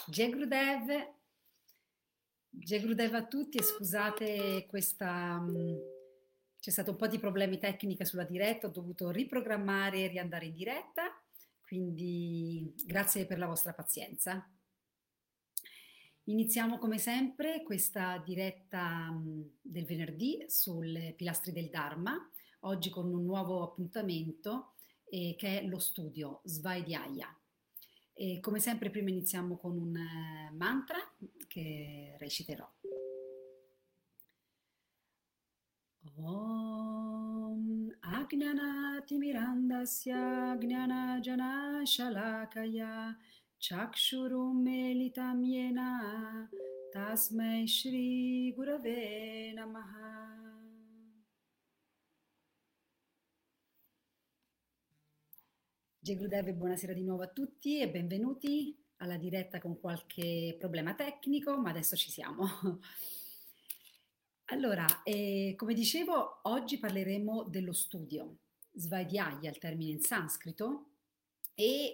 Jai Gurudev, Jai Gurudev a tutti e scusate c'è stato un po' di problemi tecnici sulla diretta, ho dovuto riprogrammare e riandare in diretta, quindi grazie per la vostra pazienza. Iniziamo come sempre questa diretta del venerdì sulle pilastri del Dharma, oggi con un nuovo appuntamento che è lo studio Svadhyaya. E come sempre prima iniziamo con un mantra che reciterò. Om Ajnanaatimirandasya Gnanajana Shalakaya Chakshurum Melitam Yena Tasmai Shri Gurave Namaha. Jai Gurudev, buonasera di nuovo a tutti e benvenuti alla diretta con qualche problema tecnico, ma adesso ci siamo. Allora, come dicevo, oggi parleremo dello studio. Svadhyaya, il termine in sanscrito, e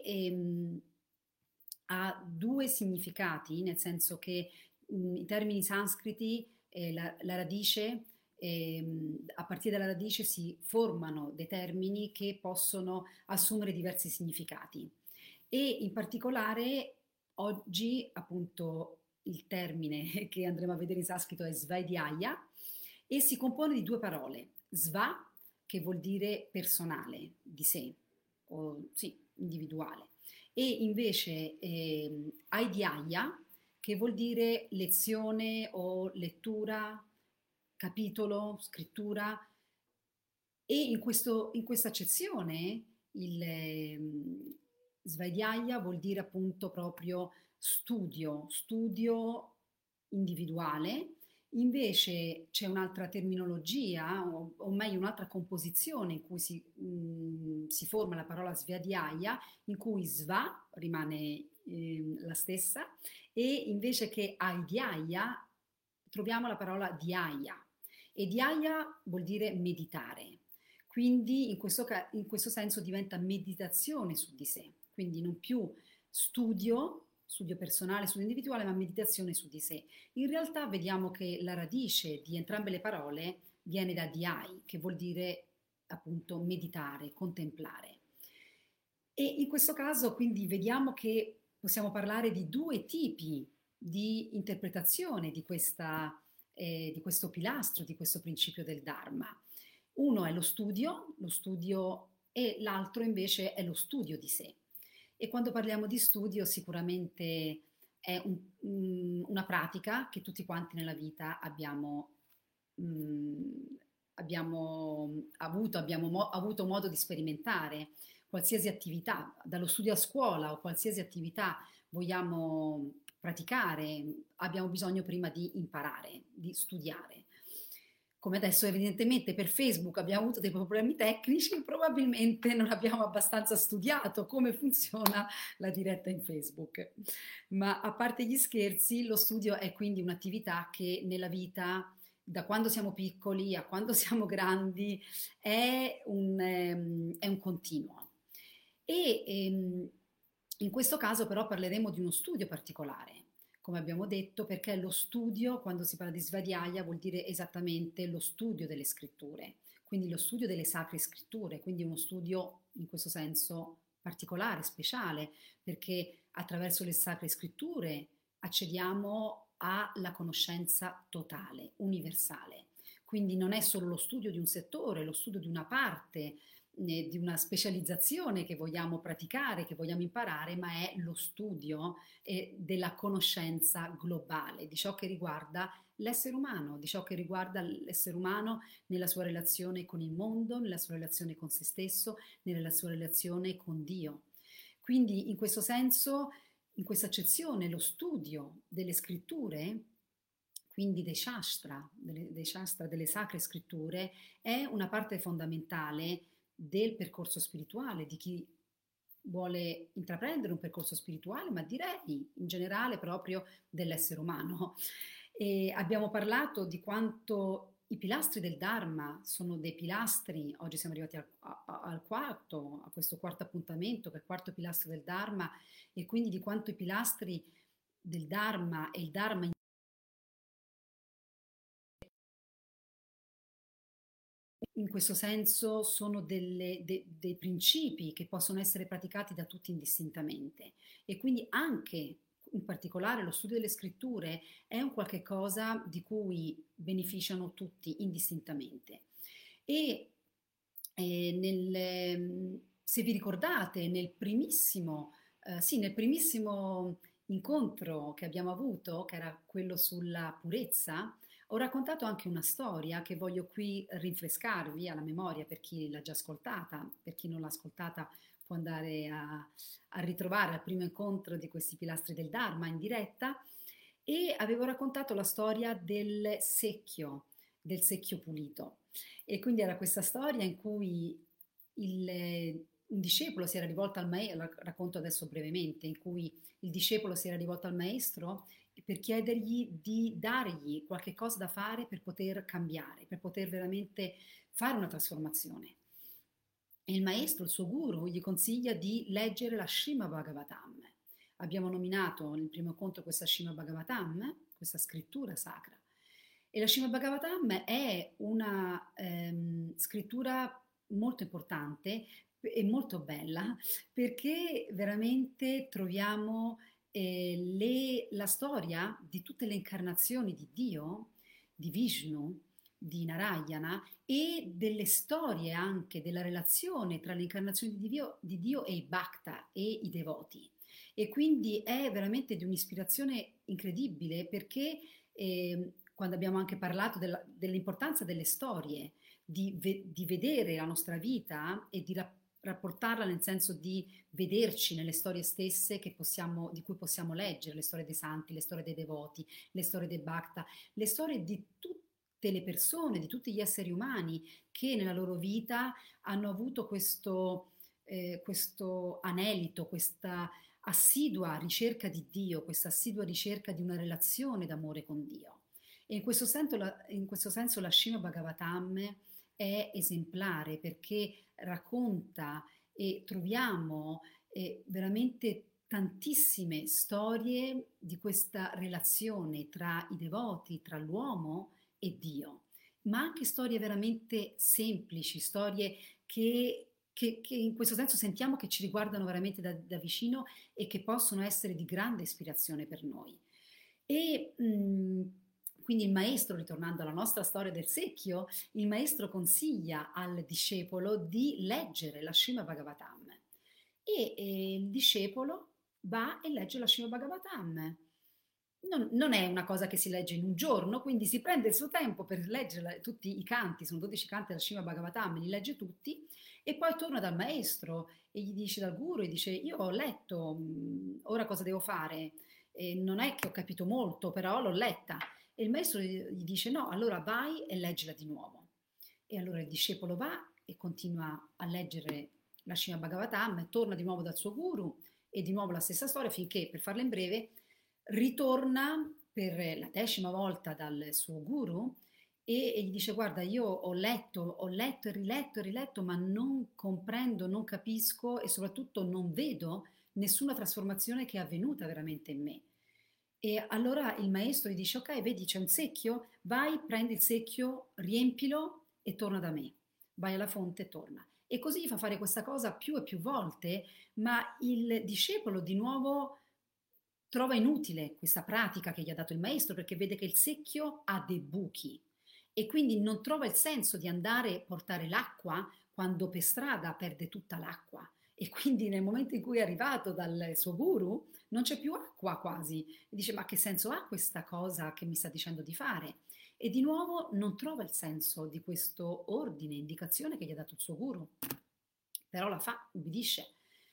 ha due significati, nel senso che i termini sanscriti, la radice, a partire dalla radice si formano dei termini che possono assumere diversi significati. E in particolare oggi appunto il termine che andremo a vedere in sanscrito è Svadhyaya e si compone di due parole, Sva, che vuol dire personale, di sé, o sì, individuale, e invece Aidhyaya, che vuol dire lezione o lettura, capitolo, scrittura, e in questa accezione il Svadhyaya vuol dire appunto proprio studio individuale. Invece c'è un'altra terminologia, o meglio un'altra composizione in cui si forma la parola Svadhyaya, in cui Sva rimane la stessa, e invece che Aidhyaya troviamo la parola Dhyaya. E Dhyaya vuol dire meditare. Quindi in questo senso diventa meditazione su di sé, quindi non più studio personale, studio individuale, ma meditazione su di sé. In realtà vediamo che la radice di entrambe le parole viene da dhyai, che vuol dire appunto meditare, contemplare. E in questo caso quindi vediamo che possiamo parlare di due tipi di interpretazione di questo pilastro, di questo principio del Dharma. Uno è lo studio e l'altro invece è lo studio di sé. E quando parliamo di studio sicuramente è una pratica che tutti quanti nella vita mh, abbiamo avuto modo di sperimentare. Qualsiasi attività, dallo studio a scuola o qualsiasi attività vogliamo praticare, abbiamo bisogno prima di imparare, di studiare. Come adesso evidentemente per Facebook abbiamo avuto dei problemi tecnici, probabilmente non abbiamo abbastanza studiato come funziona la diretta in Facebook. Ma a parte gli scherzi, lo studio è quindi un'attività che nella vita, da quando siamo piccoli a quando siamo grandi, è un continuo. E in questo caso però parleremo di uno studio particolare, come abbiamo detto, perché lo studio, quando si parla di Svadhyaya, vuol dire esattamente lo studio delle scritture, quindi lo studio delle sacre scritture, quindi uno studio in questo senso particolare, speciale, perché attraverso le sacre scritture accediamo alla conoscenza totale, universale. Quindi non è solo lo studio di un settore, lo studio di una parte, di una specializzazione che vogliamo praticare, che vogliamo imparare, ma è lo studio della conoscenza globale, di ciò che riguarda l'essere umano, di ciò che riguarda l'essere umano nella sua relazione con il mondo, nella sua relazione con se stesso, nella sua relazione con Dio. Quindi in questo senso, in questa accezione, lo studio delle scritture, quindi dei shastra, delle sacre scritture, è una parte fondamentale del percorso spirituale, di chi vuole intraprendere un percorso spirituale, ma direi in generale proprio dell'essere umano. E abbiamo parlato di quanto i pilastri del Dharma sono dei pilastri, oggi siamo arrivati a questo quarto appuntamento, che è il quarto pilastro del Dharma, e quindi di quanto i pilastri del Dharma e il Dharma in questo senso sono dei principi che possono essere praticati da tutti indistintamente e quindi anche in particolare lo studio delle scritture è un qualche cosa di cui beneficiano tutti indistintamente. E se vi ricordate, nel primissimo incontro che abbiamo avuto, che era quello sulla purezza, ho raccontato anche una storia che voglio qui rinfrescarvi alla memoria per chi l'ha già ascoltata, per chi non l'ha ascoltata può andare a ritrovare al primo incontro di questi pilastri del Dharma in diretta e avevo raccontato la storia del secchio pulito. E quindi era questa storia in cui un discepolo si era rivolto al maestro, la racconto adesso brevemente, in cui il discepolo si era rivolto al maestro per chiedergli di dargli qualche cosa da fare per poter cambiare, per poter veramente fare una trasformazione. E il maestro, il suo guru, gli consiglia di leggere la Srimad Bhagavatam. Abbiamo nominato nel primo incontro questa Srimad Bhagavatam, questa scrittura sacra. E la Srimad Bhagavatam è una scrittura molto importante e molto bella perché veramente troviamo la storia di tutte le incarnazioni di Dio, di Vishnu, di Narayana e delle storie anche della relazione tra le incarnazioni di Dio e i Bhakta e i devoti. E quindi è veramente di un'ispirazione incredibile perché quando abbiamo anche parlato dell'importanza delle storie, di vedere la nostra vita e di rapportarla nel senso di vederci nelle storie stesse di cui possiamo leggere, le storie dei santi, le storie dei devoti, le storie dei Bhakta, le storie di tutte le persone, di tutti gli esseri umani che nella loro vita hanno avuto questo anelito, questa assidua ricerca di Dio, questa assidua ricerca di una relazione d'amore con Dio. E in questo senso la Srimad Bhagavatam è esemplare perché racconta e troviamo veramente tantissime storie di questa relazione tra i devoti, tra l'uomo e Dio, ma anche storie veramente semplici, storie che in questo senso sentiamo che ci riguardano veramente da vicino e che possono essere di grande ispirazione per noi. E quindi il maestro, ritornando alla nostra storia del secchio, il maestro consiglia al discepolo di leggere la Srimad Bhagavatam e il discepolo va e legge la Srimad Bhagavatam. Non è una cosa che si legge in un giorno, quindi si prende il suo tempo per leggere tutti i canti, sono 12 canti della Srimad Bhagavatam, li legge tutti e poi torna dal maestro e gli dice dal guru e dice io ho letto, ora cosa devo fare? Non è che ho capito molto, però l'ho letta. E il maestro gli dice no, allora vai e leggila di nuovo. E allora il discepolo va e continua a leggere la Srimad Bhagavatam, torna di nuovo dal suo guru e di nuovo la stessa storia finché, per farla in breve, ritorna per la 10ª volta dal suo guru e gli dice guarda io ho letto e riletto ma non comprendo, non capisco e soprattutto non vedo nessuna trasformazione che è avvenuta veramente in me. E allora il maestro gli dice ok vedi c'è un secchio, vai prendi il secchio, riempilo e torna da me, vai alla fonte e torna. E così gli fa fare questa cosa più e più volte, ma il discepolo di nuovo trova inutile questa pratica che gli ha dato il maestro perché vede che il secchio ha dei buchi e quindi non trova il senso di andare a portare l'acqua quando per strada perde tutta l'acqua. E quindi nel momento in cui è arrivato dal suo guru non c'è più acqua quasi. E dice ma che senso ha questa cosa che mi sta dicendo di fare? E di nuovo non trova il senso di questo ordine, indicazione che gli ha dato il suo guru. Però la fa, ubbidisce.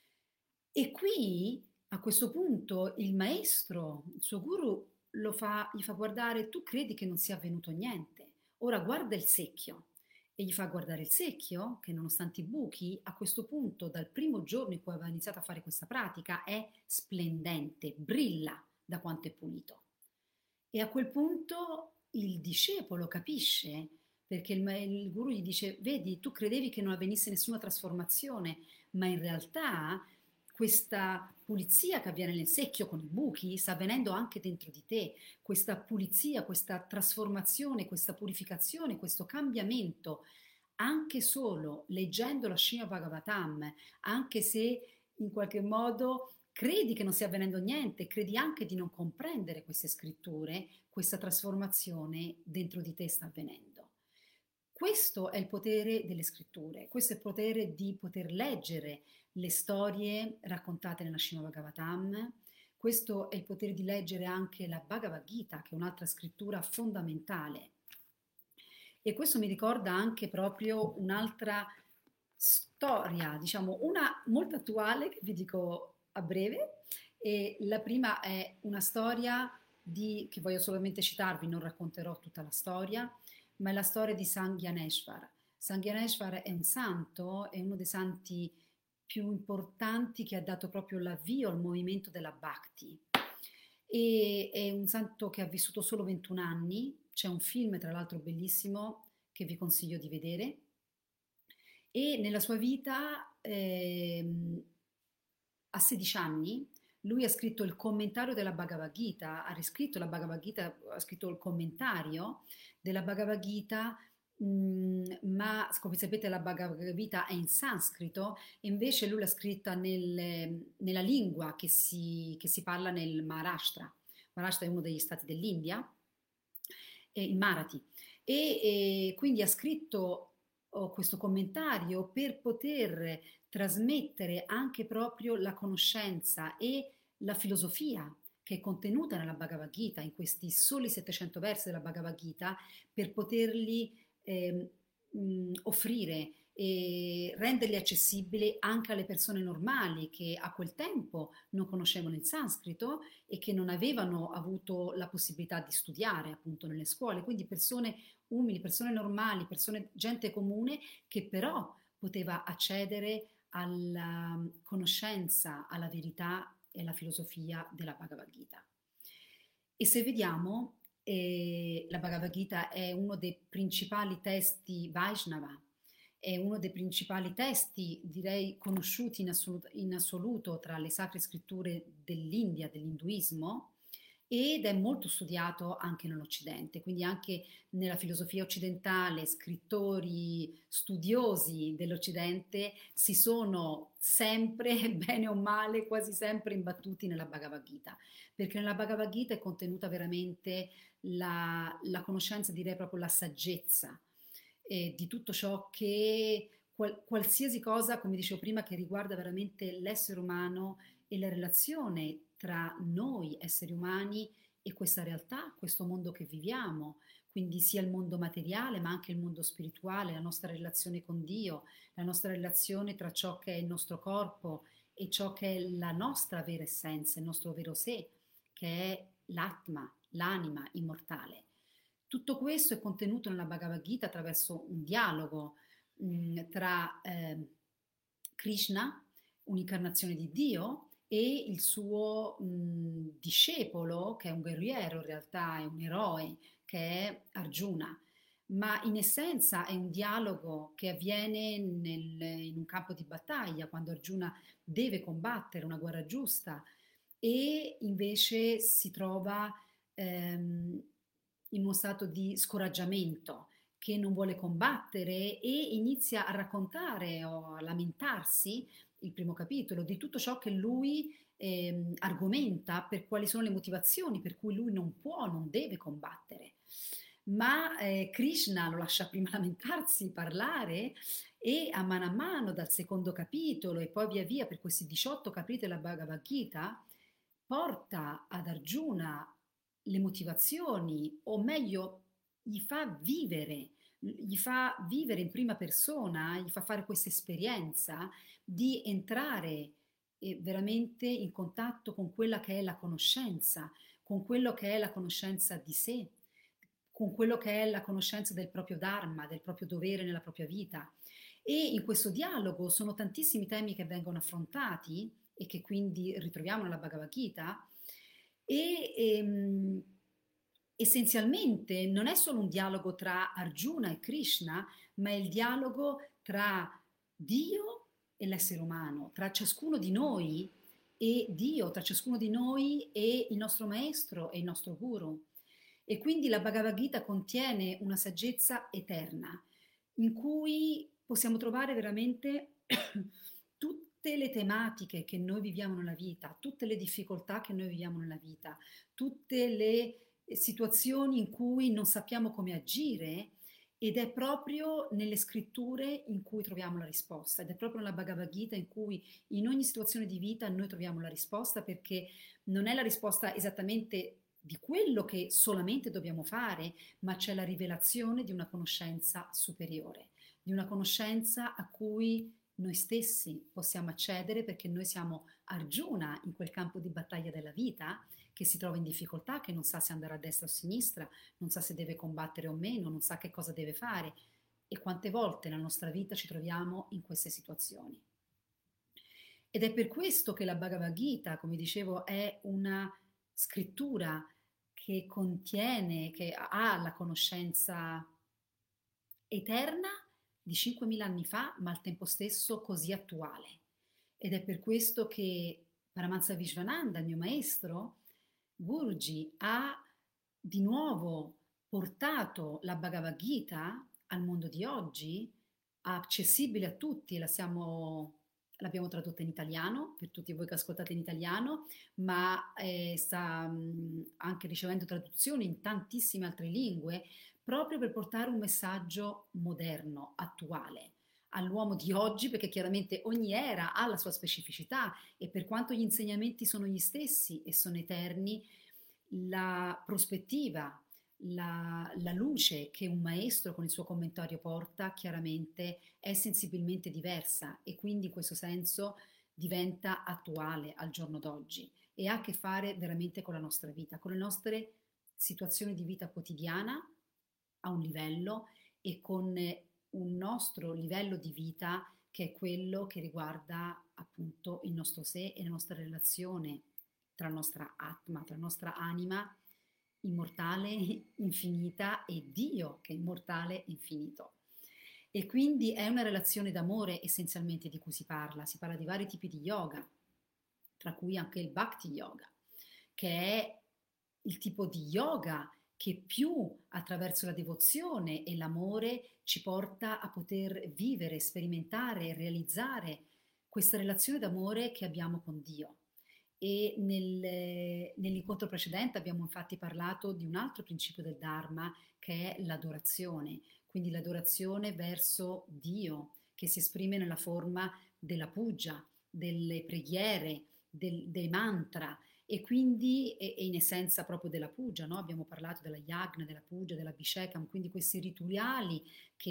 E qui a questo punto il maestro, il suo guru, gli fa guardare, tu credi che non sia avvenuto niente, ora guarda il secchio. E gli fa guardare il secchio, che nonostante i buchi, a questo punto, dal primo giorno in cui aveva iniziato a fare questa pratica, è splendente, brilla da quanto è pulito. E a quel punto il discepolo capisce, perché il guru gli dice, vedi, tu credevi che non avvenisse nessuna trasformazione, ma in realtà questa pulizia che avviene nel secchio con i buchi sta avvenendo anche dentro di te, questa pulizia, questa trasformazione, questa purificazione, questo cambiamento, anche solo leggendo la Srimad Bhagavatam, anche se in qualche modo credi che non stia avvenendo niente, credi anche di non comprendere queste scritture, questa trasformazione dentro di te sta avvenendo. Questo è il potere delle scritture, questo è il potere di poter leggere le storie raccontate nella Srimad Bhagavatam, questo è il potere di leggere anche la Bhagavad Gita, che è un'altra scrittura fondamentale. E questo mi ricorda anche proprio un'altra storia, diciamo una molto attuale, che vi dico a breve. E la prima è una storia che voglio solamente citarvi, non racconterò tutta la storia, ma è la storia di Sangyaneshwar. Sangyaneshwar è un santo, è uno dei santi più importanti che ha dato proprio l'avvio al movimento della Bhakti. E è un santo che ha vissuto solo 21 anni, c'è un film tra l'altro bellissimo che vi consiglio di vedere, e nella sua vita a 16 anni lui ha scritto il commentario della Bhagavad Gita, ha riscritto la Bhagavad Gita, ha scritto il commentario della Bhagavad Gita, ma come sapete la Bhagavad Gita è in sanscrito e invece lui l'ha scritta nella lingua che si parla nel Maharashtra. Maharashtra è uno degli stati dell'India, il Marathi, e quindi ha scritto questo commentario per poter trasmettere anche proprio la conoscenza e la filosofia che è contenuta nella Bhagavad Gita, in questi soli 700 versi della Bhagavad Gita, per poterli offrire e renderli accessibili anche alle persone normali che a quel tempo non conoscevano il sanscrito e che non avevano avuto la possibilità di studiare appunto nelle scuole, quindi persone umili, persone normali, gente comune che però poteva accedere alla conoscenza, alla verità e alla filosofia della Bhagavad Gita. E se vediamo, la Bhagavad Gita è uno dei principali testi Vaishnava, è uno dei principali testi, direi, conosciuti in assoluto tra le sacre scritture dell'India, dell'induismo, ed è molto studiato anche nell'Occidente, quindi anche nella filosofia occidentale, scrittori studiosi dell'Occidente si sono sempre, bene o male, quasi sempre imbattuti nella Bhagavad Gita, perché nella Bhagavad Gita è contenuta veramente la conoscenza, direi proprio la saggezza di tutto ciò che, qualsiasi cosa, come dicevo prima, che riguarda veramente l'essere umano e la relazione tra noi esseri umani e questa realtà, questo mondo che viviamo, quindi sia il mondo materiale ma anche il mondo spirituale, la nostra relazione con Dio, la nostra relazione tra ciò che è il nostro corpo e ciò che è la nostra vera essenza, il nostro vero sé, che è l'Atma, l'anima immortale. Tutto questo è contenuto nella Bhagavad Gita attraverso un dialogo tra Krishna, un'incarnazione di Dio, e il suo discepolo, che è un guerriero, in realtà è un eroe, che è Arjuna. Ma in essenza è un dialogo che avviene in un campo di battaglia, quando Arjuna deve combattere una guerra giusta e invece si trova in uno stato di scoraggiamento, che non vuole combattere e inizia a raccontare o a lamentarsi, il primo capitolo, di tutto ciò che lui argomenta per quali sono le motivazioni per cui lui non può, non deve combattere. Ma Krishna lo lascia prima lamentarsi, parlare e a mano dal secondo capitolo e poi via via per questi 18 capitoli della Bhagavad Gita porta ad Arjuna le motivazioni, o meglio, gli fa vivere in prima persona, gli fa fare questa esperienza di entrare veramente in contatto con quella che è la conoscenza, con quello che è la conoscenza di sé, con quello che è la conoscenza del proprio Dharma, del proprio dovere nella propria vita. E in questo dialogo sono tantissimi temi che vengono affrontati e che quindi ritroviamo nella Bhagavad Gita e essenzialmente non è solo un dialogo tra Arjuna e Krishna, ma è il dialogo tra Dio e l'essere umano, tra ciascuno di noi e Dio, tra ciascuno di noi e il nostro maestro e il nostro guru. E quindi la Bhagavad Gita contiene una saggezza eterna in cui possiamo trovare veramente tutte le tematiche che noi viviamo nella vita, tutte le difficoltà che noi viviamo nella vita, tutte le situazioni in cui non sappiamo come agire, ed è proprio nelle scritture in cui troviamo la risposta, ed è proprio nella Bhagavad Gita in cui in ogni situazione di vita noi troviamo la risposta, perché non è la risposta esattamente di quello che solamente dobbiamo fare, ma c'è la rivelazione di una conoscenza superiore, di una conoscenza a cui noi stessi possiamo accedere, perché noi siamo Arjuna in quel campo di battaglia della vita, che si trova in difficoltà, che non sa se andare a destra o a sinistra, non sa se deve combattere o meno, non sa che cosa deve fare. E quante volte nella nostra vita ci troviamo in queste situazioni. Ed è per questo che la Bhagavad Gita, come dicevo, è una scrittura che contiene, che ha la conoscenza eterna di 5.000 anni fa, ma al tempo stesso così attuale. Ed è per questo che Paramahansa Vishwananda, il mio maestro, Guruji, ha di nuovo portato la Bhagavad Gita al mondo di oggi, accessibile a tutti, l'abbiamo tradotta in italiano, per tutti voi che ascoltate in italiano, ma sta anche ricevendo traduzioni in tantissime altre lingue, proprio per portare un messaggio moderno, attuale all'uomo di oggi, perché chiaramente ogni era ha la sua specificità, e per quanto gli insegnamenti sono gli stessi e sono eterni, la prospettiva, la luce che un maestro con il suo commentario porta chiaramente è sensibilmente diversa, e quindi in questo senso diventa attuale al giorno d'oggi e ha a che fare veramente con la nostra vita, con le nostre situazioni di vita quotidiana a un livello, e con un nostro livello di vita che è quello che riguarda appunto il nostro sé e la nostra relazione tra la nostra atma, tra la nostra anima immortale, infinita, e Dio che è immortale, infinito. E quindi è una relazione d'amore essenzialmente di cui si parla di vari tipi di yoga, tra cui anche il Bhakti Yoga, che è il tipo di yoga che più attraverso la devozione e l'amore ci porta a poter vivere, sperimentare e realizzare questa relazione d'amore che abbiamo con Dio. E nell'incontro precedente abbiamo infatti parlato di un altro principio del Dharma, che è l'adorazione, quindi l'adorazione verso Dio, che si esprime nella forma della puja, delle preghiere, dei mantra, e quindi e in essenza proprio della puja, no? Abbiamo parlato della yagna, della puja, dell'abhishekam, quindi questi rituali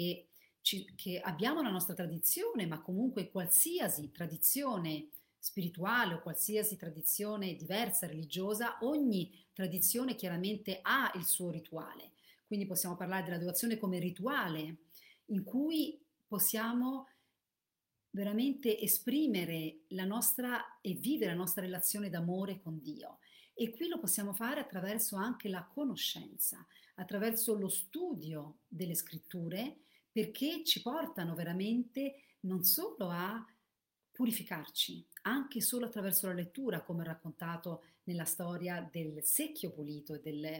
che abbiamo nella nostra tradizione, ma comunque qualsiasi tradizione spirituale o qualsiasi tradizione diversa, religiosa, ogni tradizione chiaramente ha il suo rituale. Quindi possiamo parlare dell'adorazione come rituale in cui possiamo veramente esprimere la nostra e vivere la nostra relazione d'amore con Dio. E qui lo possiamo fare attraverso anche la conoscenza, attraverso lo studio delle scritture, perché ci portano veramente non solo a purificarci, anche solo attraverso la lettura, come raccontato nella storia del secchio pulito,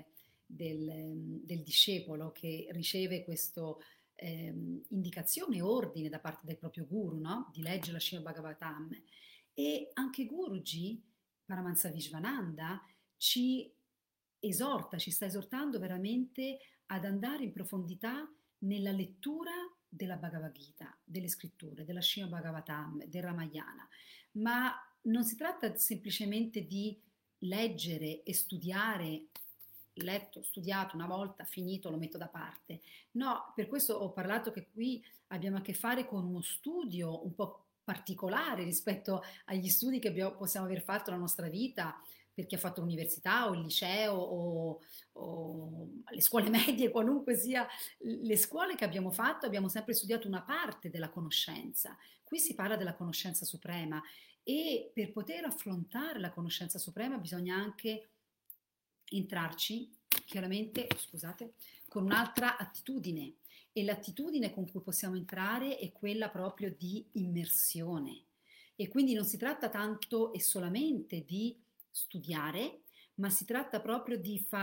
del discepolo che riceve questo indicazione, ordine da parte del proprio guru, no? Di leggere la Srimad Bhagavatam. E anche Guruji, Paramahansa Vishwananda, ci esorta, ci sta esortando veramente ad andare in profondità nella lettura della Bhagavad Gita, delle scritture, della Srimad Bhagavatam, del Ramayana, ma non si tratta semplicemente di leggere e studiare, letto, studiato una volta, finito, lo metto da parte. No, per questo ho parlato che qui abbiamo a che fare con uno studio un po' particolare rispetto agli studi che possiamo aver fatto nella nostra vita, per chi ha fatto l'università o il liceo o le scuole medie, qualunque sia le scuole che abbiamo fatto, abbiamo sempre studiato una parte della conoscenza. Qui si parla della conoscenza suprema, e per poter affrontare la conoscenza suprema bisogna anche entrarci chiaramente, scusate, con un'altra attitudine e l'attitudine con cui possiamo entrare è quella proprio di immersione. E quindi non si tratta tanto e solamente di studiare, ma si tratta proprio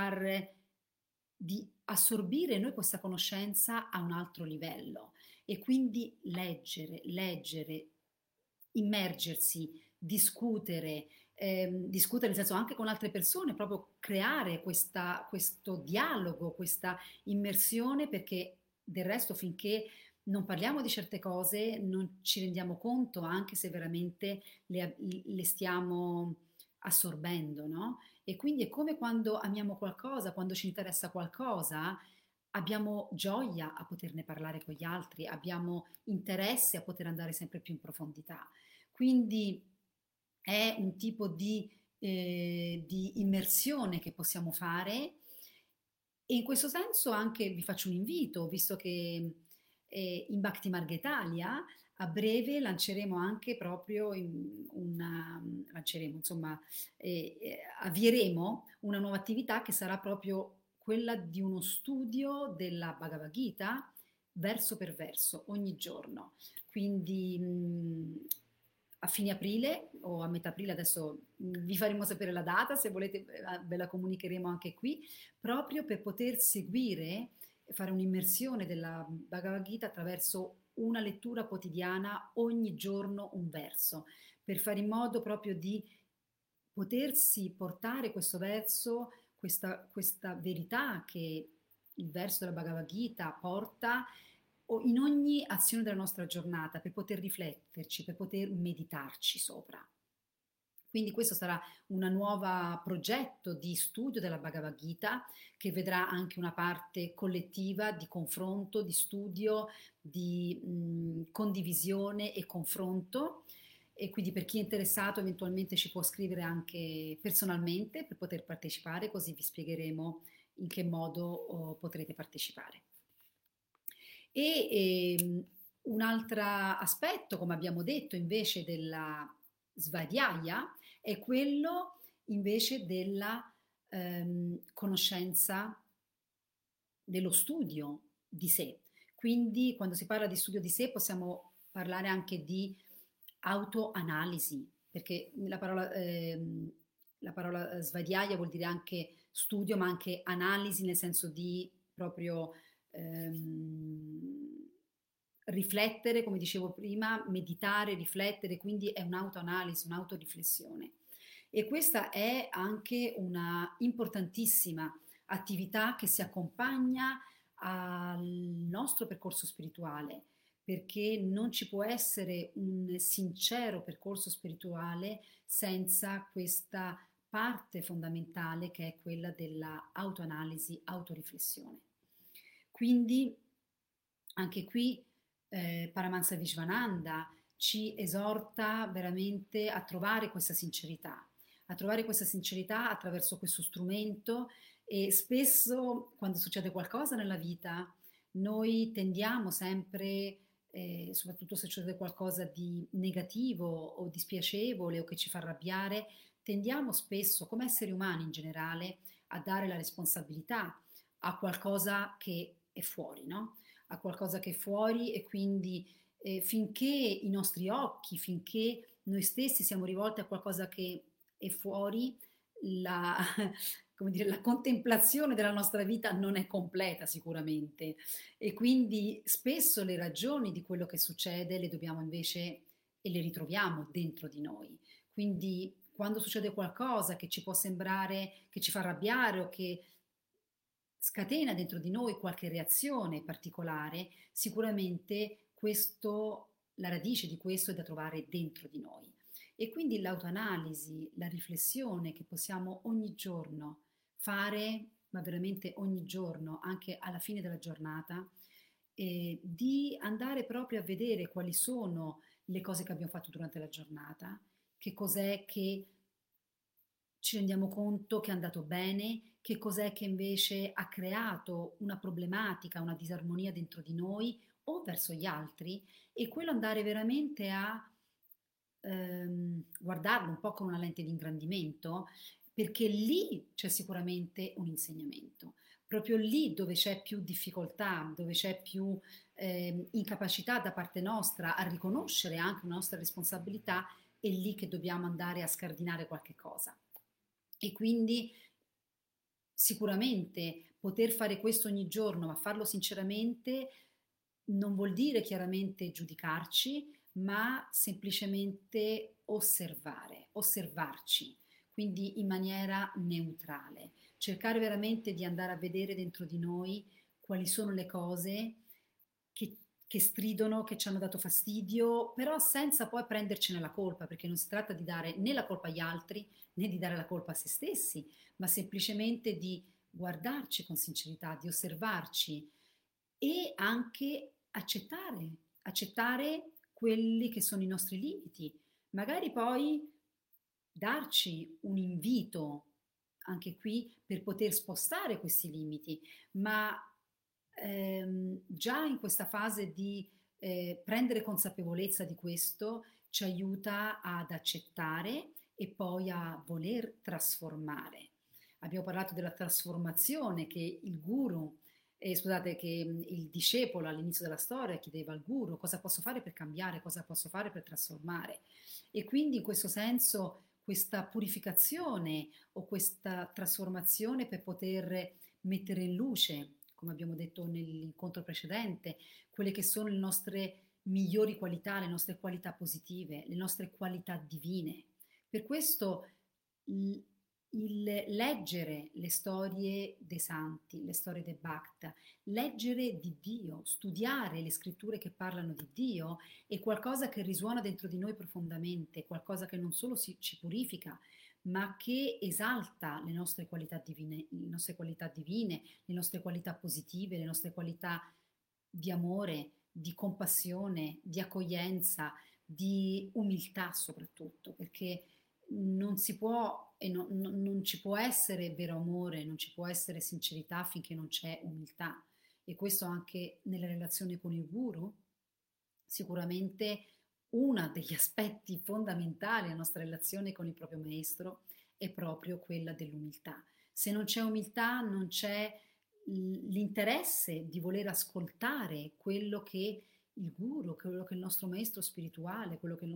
di assorbire noi questa conoscenza a un altro livello e quindi leggere, immergersi, discutere nel senso anche con altre persone, proprio creare questo dialogo, questa immersione, perché del resto finché non parliamo di certe cose non ci rendiamo conto anche se veramente le stiamo assorbendo, no? E quindi è come quando amiamo qualcosa, quando ci interessa qualcosa, abbiamo gioia a poterne parlare con gli altri, abbiamo interesse a poter andare sempre più in profondità. Quindi è un tipo di immersione che possiamo fare e in questo senso anche vi faccio un invito, visto che in Bhakti Marga Italia a breve lanceremo anche proprio insomma, avvieremo una nuova attività che sarà proprio quella di uno studio della Bhagavad Gita verso per verso ogni giorno. Quindi a fine aprile o a metà aprile, adesso vi faremo sapere la data, se volete ve la comunicheremo anche qui, proprio per poter seguire, fare un'immersione della Bhagavad Gita attraverso una lettura quotidiana, ogni giorno un verso, per fare in modo proprio di potersi portare questo verso, questa verità che il verso della Bhagavad Gita porta in ogni azione della nostra giornata, per poter rifletterci, per poter meditarci sopra. Quindi questo sarà un nuovo progetto di studio della Bhagavad Gita che vedrà anche una parte collettiva di confronto, di studio, di condivisione e confronto. E quindi per chi è interessato eventualmente ci può scrivere anche personalmente per poter partecipare, così vi spiegheremo in che modo potrete partecipare. Un altro aspetto, come abbiamo detto, invece della svadhyaya è quello invece della conoscenza dello studio di sé. Quindi quando si parla di studio di sé possiamo parlare anche di autoanalisi, perché la parola svadhyaya vuol dire anche studio, ma anche analisi nel senso di proprio ehm, riflettere, come dicevo prima, meditare, riflettere, quindi è un'autoanalisi, un'autoriflessione. E questa è anche una importantissima attività che si accompagna al nostro percorso spirituale, perché non ci può essere un sincero percorso spirituale senza questa parte fondamentale che è quella della autoanalisi, autoriflessione. Quindi anche qui Paramahansa Vishwananda ci esorta veramente a trovare questa sincerità, a trovare questa sincerità attraverso questo strumento e spesso quando succede qualcosa nella vita noi tendiamo sempre, soprattutto se succede qualcosa di negativo o di spiacevole o che ci fa arrabbiare, tendiamo spesso come esseri umani in generale a dare la responsabilità a qualcosa che è fuori, no? A qualcosa che è fuori e quindi finché i nostri occhi, finché noi stessi siamo rivolti a qualcosa che è fuori, la, come dire, la contemplazione della nostra vita non è completa sicuramente e quindi spesso le ragioni di quello che succede le dobbiamo invece e le ritroviamo dentro di noi. Quindi quando succede qualcosa che ci può sembrare che ci fa arrabbiare o che scatena dentro di noi qualche reazione particolare, sicuramente la radice di questo è da trovare dentro di noi. E quindi l'autoanalisi, la riflessione che possiamo ogni giorno fare, ma veramente ogni giorno, anche alla fine della giornata, di andare proprio a vedere quali sono le cose che abbiamo fatto durante la giornata, che cos'è che ci rendiamo conto che è andato bene, che cos'è che invece ha creato una problematica, una disarmonia dentro di noi o verso gli altri e quello andare veramente a guardarlo un po' con una lente di ingrandimento perché lì c'è sicuramente un insegnamento. Proprio lì dove c'è più difficoltà, dove c'è più incapacità da parte nostra a riconoscere anche una nostra responsabilità, è lì che dobbiamo andare a scardinare qualche cosa. E quindi sicuramente poter fare questo ogni giorno, ma farlo sinceramente, non vuol dire chiaramente giudicarci, ma semplicemente osservare, osservarci, quindi in maniera neutrale, cercare veramente di andare a vedere dentro di noi quali sono le cose che, che stridono, che ci hanno dato fastidio, però senza poi prendercene la colpa, perché non si tratta di dare né la colpa agli altri né di dare la colpa a se stessi, ma semplicemente di guardarci con sincerità, di osservarci e anche accettare, accettare quelli che sono i nostri limiti, magari poi darci un invito anche qui per poter spostare questi limiti, ma già in questa fase di prendere consapevolezza di questo ci aiuta ad accettare e poi a voler trasformare. Abbiamo parlato della trasformazione che il guru, scusate, che il discepolo all'inizio della storia chiedeva al guru cosa posso fare per cambiare, cosa posso fare per trasformare. E quindi in questo senso questa purificazione o questa trasformazione per poter mettere in luce, come abbiamo detto nell'incontro precedente, quelle che sono le nostre migliori qualità, le nostre qualità positive, le nostre qualità divine. Per questo il leggere le storie dei santi, le storie dei Bhakta, leggere di Dio, studiare le scritture che parlano di Dio è qualcosa che risuona dentro di noi profondamente, qualcosa che non solo ci purifica, ma che esalta le nostre qualità divine, le nostre qualità positive, le nostre qualità di amore, di compassione, di accoglienza, di umiltà soprattutto, perché non si può e non ci può essere vero amore, non ci può essere sincerità finché non c'è umiltà. E questo anche nella relazione con il guru, sicuramente uno degli aspetti fondamentali della nostra relazione con il proprio maestro è proprio quella dell'umiltà. Se non c'è umiltà, non c'è l'interesse di voler ascoltare quello che il guru, quello che il nostro maestro spirituale, quello che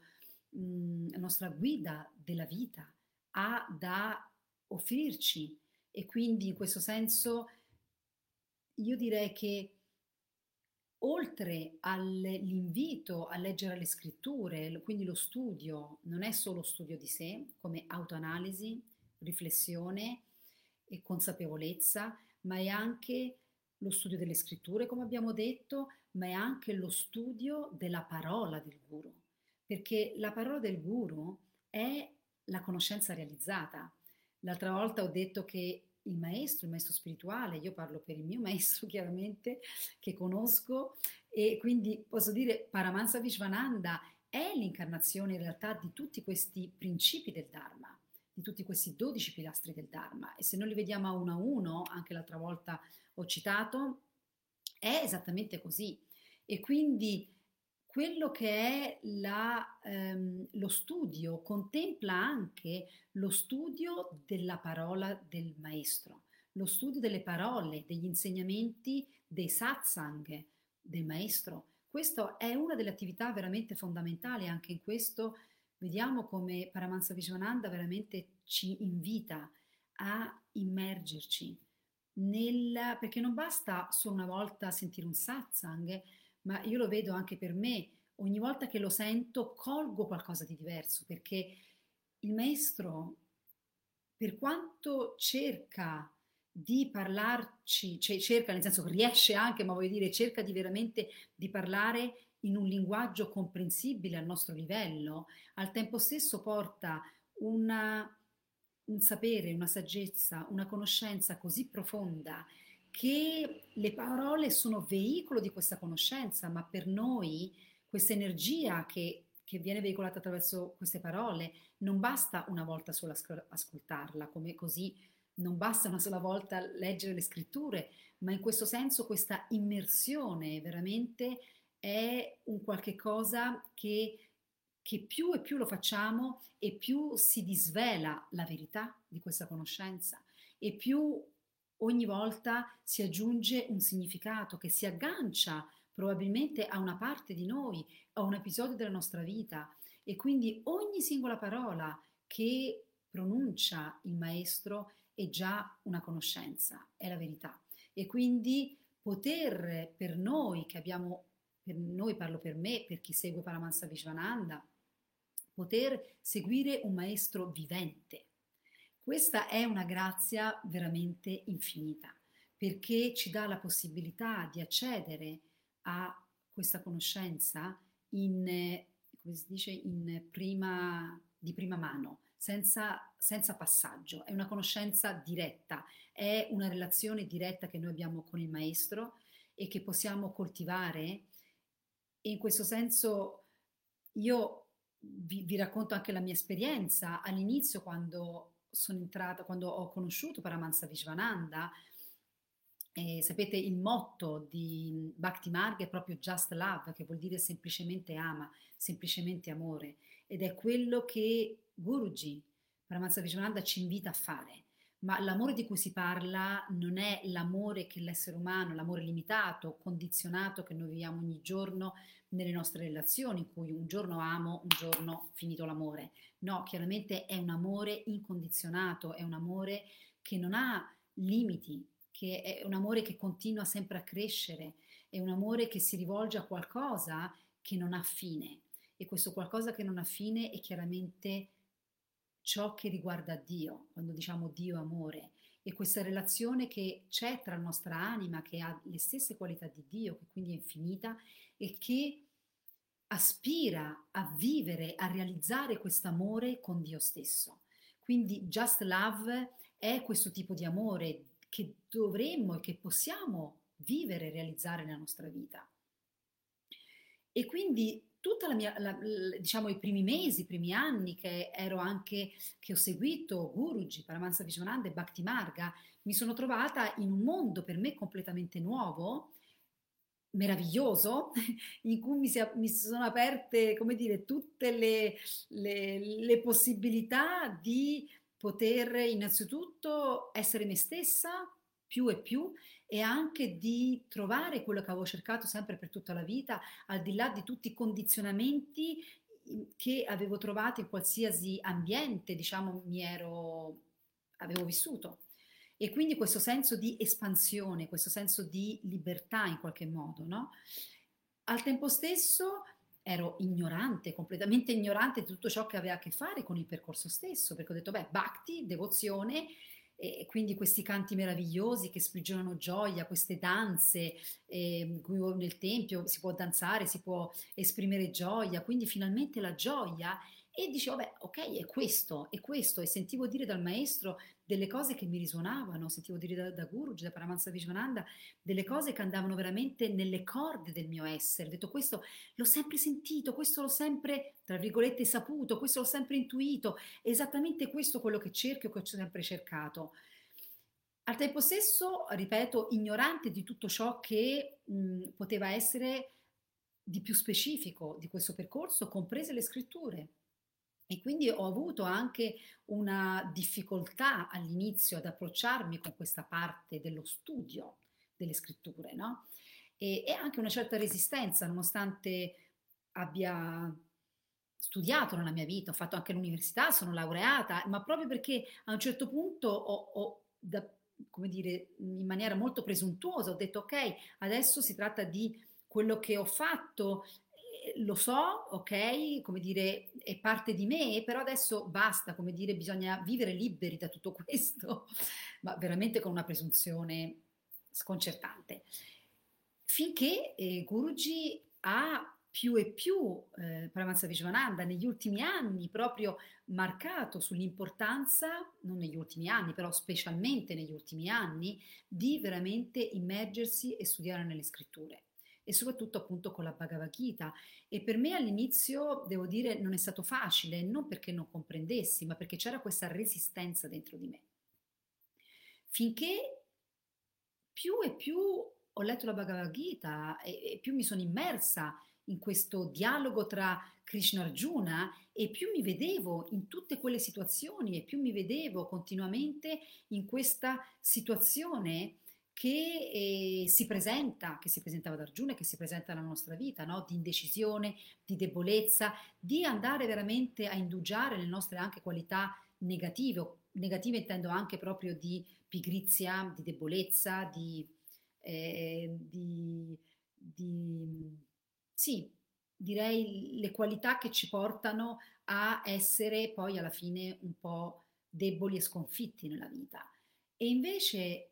la nostra guida della vita ha da offrirci. E quindi in questo senso io direi che oltre all'invito a leggere le scritture, quindi lo studio non è solo studio di sé, come autoanalisi, riflessione e consapevolezza, ma è anche lo studio delle scritture, come abbiamo detto, ma è anche lo studio della parola del guru, perché la parola del guru è la conoscenza realizzata. L'altra volta ho detto che il maestro spirituale, io parlo per il mio maestro chiaramente, che conosco, e quindi posso dire Paramahansa Vishwananda è l'incarnazione in realtà di tutti questi principi del Dharma, di tutti questi 12 pilastri del Dharma. E se noi li vediamo a uno, anche l'altra volta ho citato, è esattamente così. E quindi quello che è lo studio contempla anche lo studio della parola del maestro, lo studio delle parole, degli insegnamenti, dei satsang del maestro. Questa è una delle attività veramente fondamentali, anche in questo vediamo come Paramahansa Vishwananda veramente ci invita a immergerci perché non basta solo una volta sentire un satsang, ma io lo vedo anche per me, ogni volta che lo sento colgo qualcosa di diverso, perché il maestro, per quanto cerca di parlarci, cioè cerca nel senso che riesce anche, ma voglio dire, cerca di veramente di parlare in un linguaggio comprensibile al nostro livello, al tempo stesso porta una, un sapere, una saggezza, una conoscenza così profonda che le parole sono veicolo di questa conoscenza, ma per noi questa energia che viene veicolata attraverso queste parole non basta una volta sola ascoltarla, come così non basta una sola volta leggere le scritture, ma in questo senso questa immersione veramente è un qualche cosa che che più e più lo facciamo e più si disvela la verità di questa conoscenza e più ogni volta si aggiunge un significato che si aggancia probabilmente a una parte di noi, a un episodio della nostra vita e quindi ogni singola parola che pronuncia il maestro è già una conoscenza, è la verità. E quindi poter per noi che abbiamo, per noi parlo per me, per chi segue Paramahansa Vishwananda, poter seguire un maestro vivente. Questa è una grazia veramente infinita, perché ci dà la possibilità di accedere a questa conoscenza in, come si dice, di prima mano, senza passaggio. È una conoscenza diretta, è una relazione diretta che noi abbiamo con il maestro e che possiamo coltivare. E in questo senso io vi racconto anche la mia esperienza. All'inizio, quando sono entrata, quando ho conosciuto Paramahansa Vishwananda, sapete, il motto di Bhakti Marga è proprio Just Love, che vuol dire semplicemente ama, semplicemente amore, ed è quello che Guruji, Paramahansa Vishwananda, ci invita a fare. Ma l'amore di cui si parla non è l'amore che l'essere umano, l'amore limitato, condizionato che noi viviamo ogni giorno nelle nostre relazioni, in cui un giorno amo, un giorno finito l'amore. No, chiaramente è un amore incondizionato, è un amore che non ha limiti, che è un amore che continua sempre a crescere, è un amore che si rivolge a qualcosa che non ha fine. E questo qualcosa che non ha fine è chiaramente ciò che riguarda Dio, quando diciamo Dio amore, e questa relazione che c'è tra la nostra anima, che ha le stesse qualità di Dio, che quindi è infinita e che aspira a vivere, a realizzare questo amore con Dio stesso. Quindi Just Love è questo tipo di amore che dovremmo e che possiamo vivere e realizzare nella nostra vita. E quindi tutta diciamo i primi mesi, i primi anni che ero anche, che ho seguito Guruji, Paramahansa Vishwananda e Bhakti Marga, mi sono trovata in un mondo per me completamente nuovo, meraviglioso, in cui mi si sono aperte, come dire, tutte le possibilità di poter innanzitutto essere me stessa più e più e anche di trovare quello che avevo cercato sempre per tutta la vita, al di là di tutti i condizionamenti che avevo trovato in qualsiasi ambiente, diciamo, avevo vissuto. E quindi questo senso di espansione, questo senso di libertà in qualche modo, no? Al tempo stesso ero ignorante, completamente ignorante di tutto ciò che aveva a che fare con il percorso stesso, perché ho detto, beh, Bhakti, devozione, e quindi questi canti meravigliosi che sprigionano gioia, queste danze, nel tempio si può danzare, si può esprimere gioia, quindi finalmente la gioia. E dicevo, beh, ok, è questo, e sentivo dire dal maestro delle cose che mi risuonavano, sentivo dire da Guruji, da Paramahansa Vishwananda, delle cose che andavano veramente nelle corde del mio essere. Ho detto, questo l'ho sempre sentito, questo l'ho sempre, tra virgolette, saputo, questo l'ho sempre intuito, è esattamente questo quello che cerco e che ho sempre cercato. Al tempo stesso, ripeto, ignorante di tutto ciò che poteva essere di più specifico di questo percorso, comprese le scritture. E quindi ho avuto anche una difficoltà all'inizio ad approcciarmi con questa parte dello studio delle scritture, no? E anche una certa resistenza, nonostante abbia studiato nella mia vita, ho fatto anche l'università, sono laureata, ma proprio perché a un certo punto come dire, in maniera molto presuntuosa, ho detto ok, adesso si tratta di quello che ho fatto, lo so, ok, come dire, è parte di me, però adesso basta, come dire, bisogna vivere liberi da tutto questo, ma veramente con una presunzione sconcertante. Finché Guruji ha più e più, Paramahansa Vishwananda, negli ultimi anni proprio marcato sull'importanza, non negli ultimi anni, però specialmente negli ultimi anni, di veramente immergersi e studiare nelle scritture e soprattutto appunto con la Bhagavad Gita. E per me all'inizio, devo dire, non è stato facile, non perché non comprendessi, ma perché c'era questa resistenza dentro di me. Finché più e più ho letto la Bhagavad Gita e più mi sono immersa in questo dialogo tra Krishna e Arjuna e più mi vedevo in tutte quelle situazioni e più mi vedevo continuamente in questa situazione che si presenta, che si presentava ad Arjuna e che si presenta nella nostra vita, no? Di indecisione, di debolezza, di andare veramente a indugiare le nostre anche qualità negative, negative intendo anche proprio di pigrizia, di debolezza, di sì, direi le qualità che ci portano a essere poi alla fine un po' deboli e sconfitti nella vita. E invece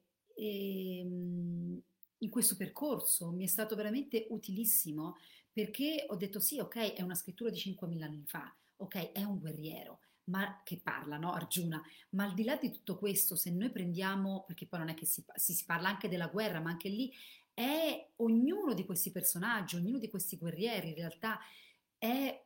in questo percorso mi è stato veramente utilissimo perché ho detto sì, ok, è una scrittura di 5.000 anni fa, ok, è un guerriero, ma che parla, no? Arjuna, ma al di là di tutto questo, se noi prendiamo, perché poi non è che si parla anche della guerra, ma anche lì è ognuno di questi personaggi, ognuno di questi guerrieri in realtà è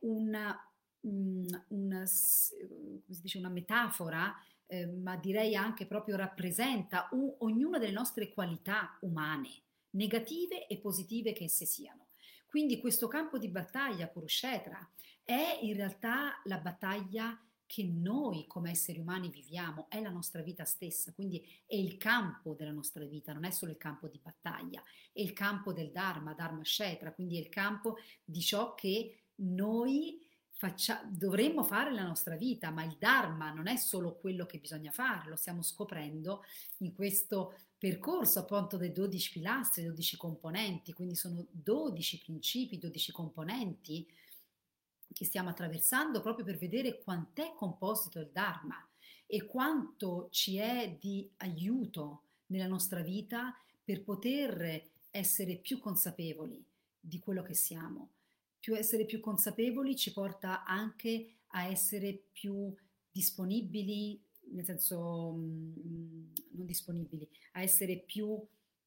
come si dice, una metafora, ma direi anche proprio rappresenta ognuna delle nostre qualità umane, negative e positive che esse siano. Quindi questo campo di battaglia, Kurukshetra, è in realtà la battaglia che noi come esseri umani viviamo, è la nostra vita stessa, quindi è il campo della nostra vita, non è solo il campo di battaglia, è il campo del Dharma, Dharma Kshetra, quindi è il campo di ciò che noi dovremmo fare nella nostra vita, ma il Dharma non è solo quello che bisogna fare, lo stiamo scoprendo in questo percorso appunto dei 12 pilastri, 12 componenti, quindi sono 12 principi, 12 componenti che stiamo attraversando proprio per vedere quant'è composito il Dharma e quanto ci è di aiuto nella nostra vita per poter essere più consapevoli di quello che siamo. Più essere più consapevoli ci porta anche a essere più disponibili, nel senso non disponibili, a essere più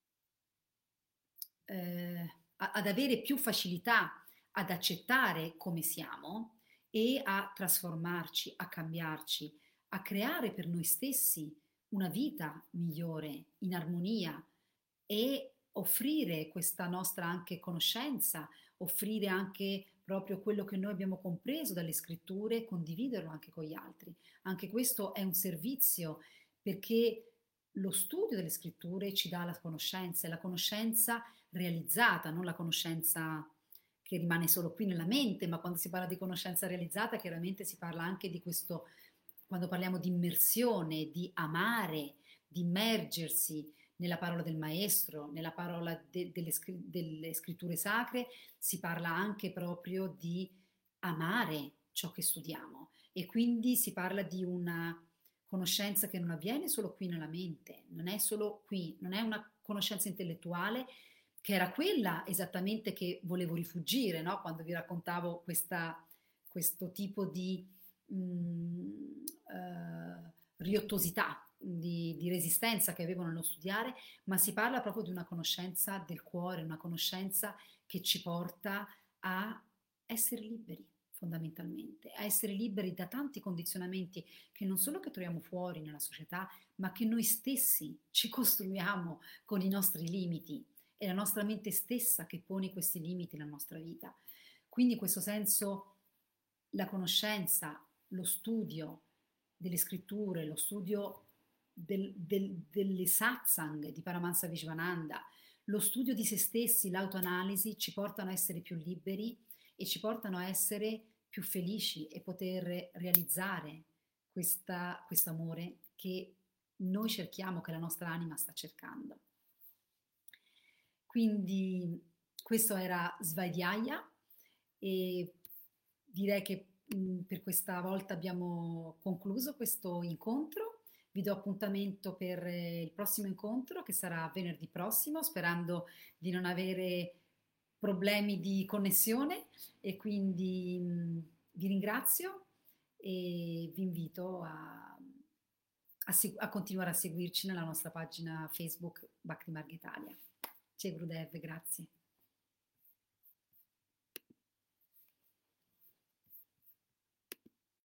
ad avere più facilità ad accettare come siamo e a trasformarci, a cambiarci, a creare per noi stessi una vita migliore, in armonia e offrire questa nostra anche conoscenza, offrire anche proprio quello che noi abbiamo compreso dalle scritture e condividerlo anche con gli altri. Anche questo è un servizio perché lo studio delle scritture ci dà la conoscenza e la conoscenza realizzata, non la conoscenza che rimane solo qui nella mente, ma quando si parla di conoscenza realizzata chiaramente si parla anche di questo, quando parliamo di immersione, di amare, di immergersi nella parola del maestro, nella parola delle scritture sacre, si parla anche proprio di amare ciò che studiamo e quindi si parla di una conoscenza che non avviene solo qui nella mente, non è solo qui, non è una conoscenza intellettuale che era quella esattamente che volevo rifuggire, no? Quando vi raccontavo questo tipo di riottosità, di resistenza che avevo nello studiare, ma si parla proprio di una conoscenza del cuore, una conoscenza che ci porta a essere liberi fondamentalmente, a essere liberi da tanti condizionamenti che non solo che troviamo fuori nella società, ma che noi stessi ci costruiamo con i nostri limiti. È la nostra mente stessa che pone questi limiti nella nostra vita. Quindi in questo senso la conoscenza, lo studio delle scritture, lo studio delle satsang di Paramahansa Vishwananda, lo studio di se stessi, l'autoanalisi ci portano a essere più liberi e ci portano a essere più felici e poter realizzare questo amore che noi cerchiamo, che la nostra anima sta cercando. Quindi questo era Svadhyaya e direi che per questa volta abbiamo concluso questo incontro. Vi do appuntamento per il prossimo incontro che sarà venerdì prossimo, sperando di non avere problemi di connessione e quindi vi ringrazio e vi invito a continuare a seguirci nella nostra pagina Facebook Bhakti Marga Italia. C'è Gurudev, grazie.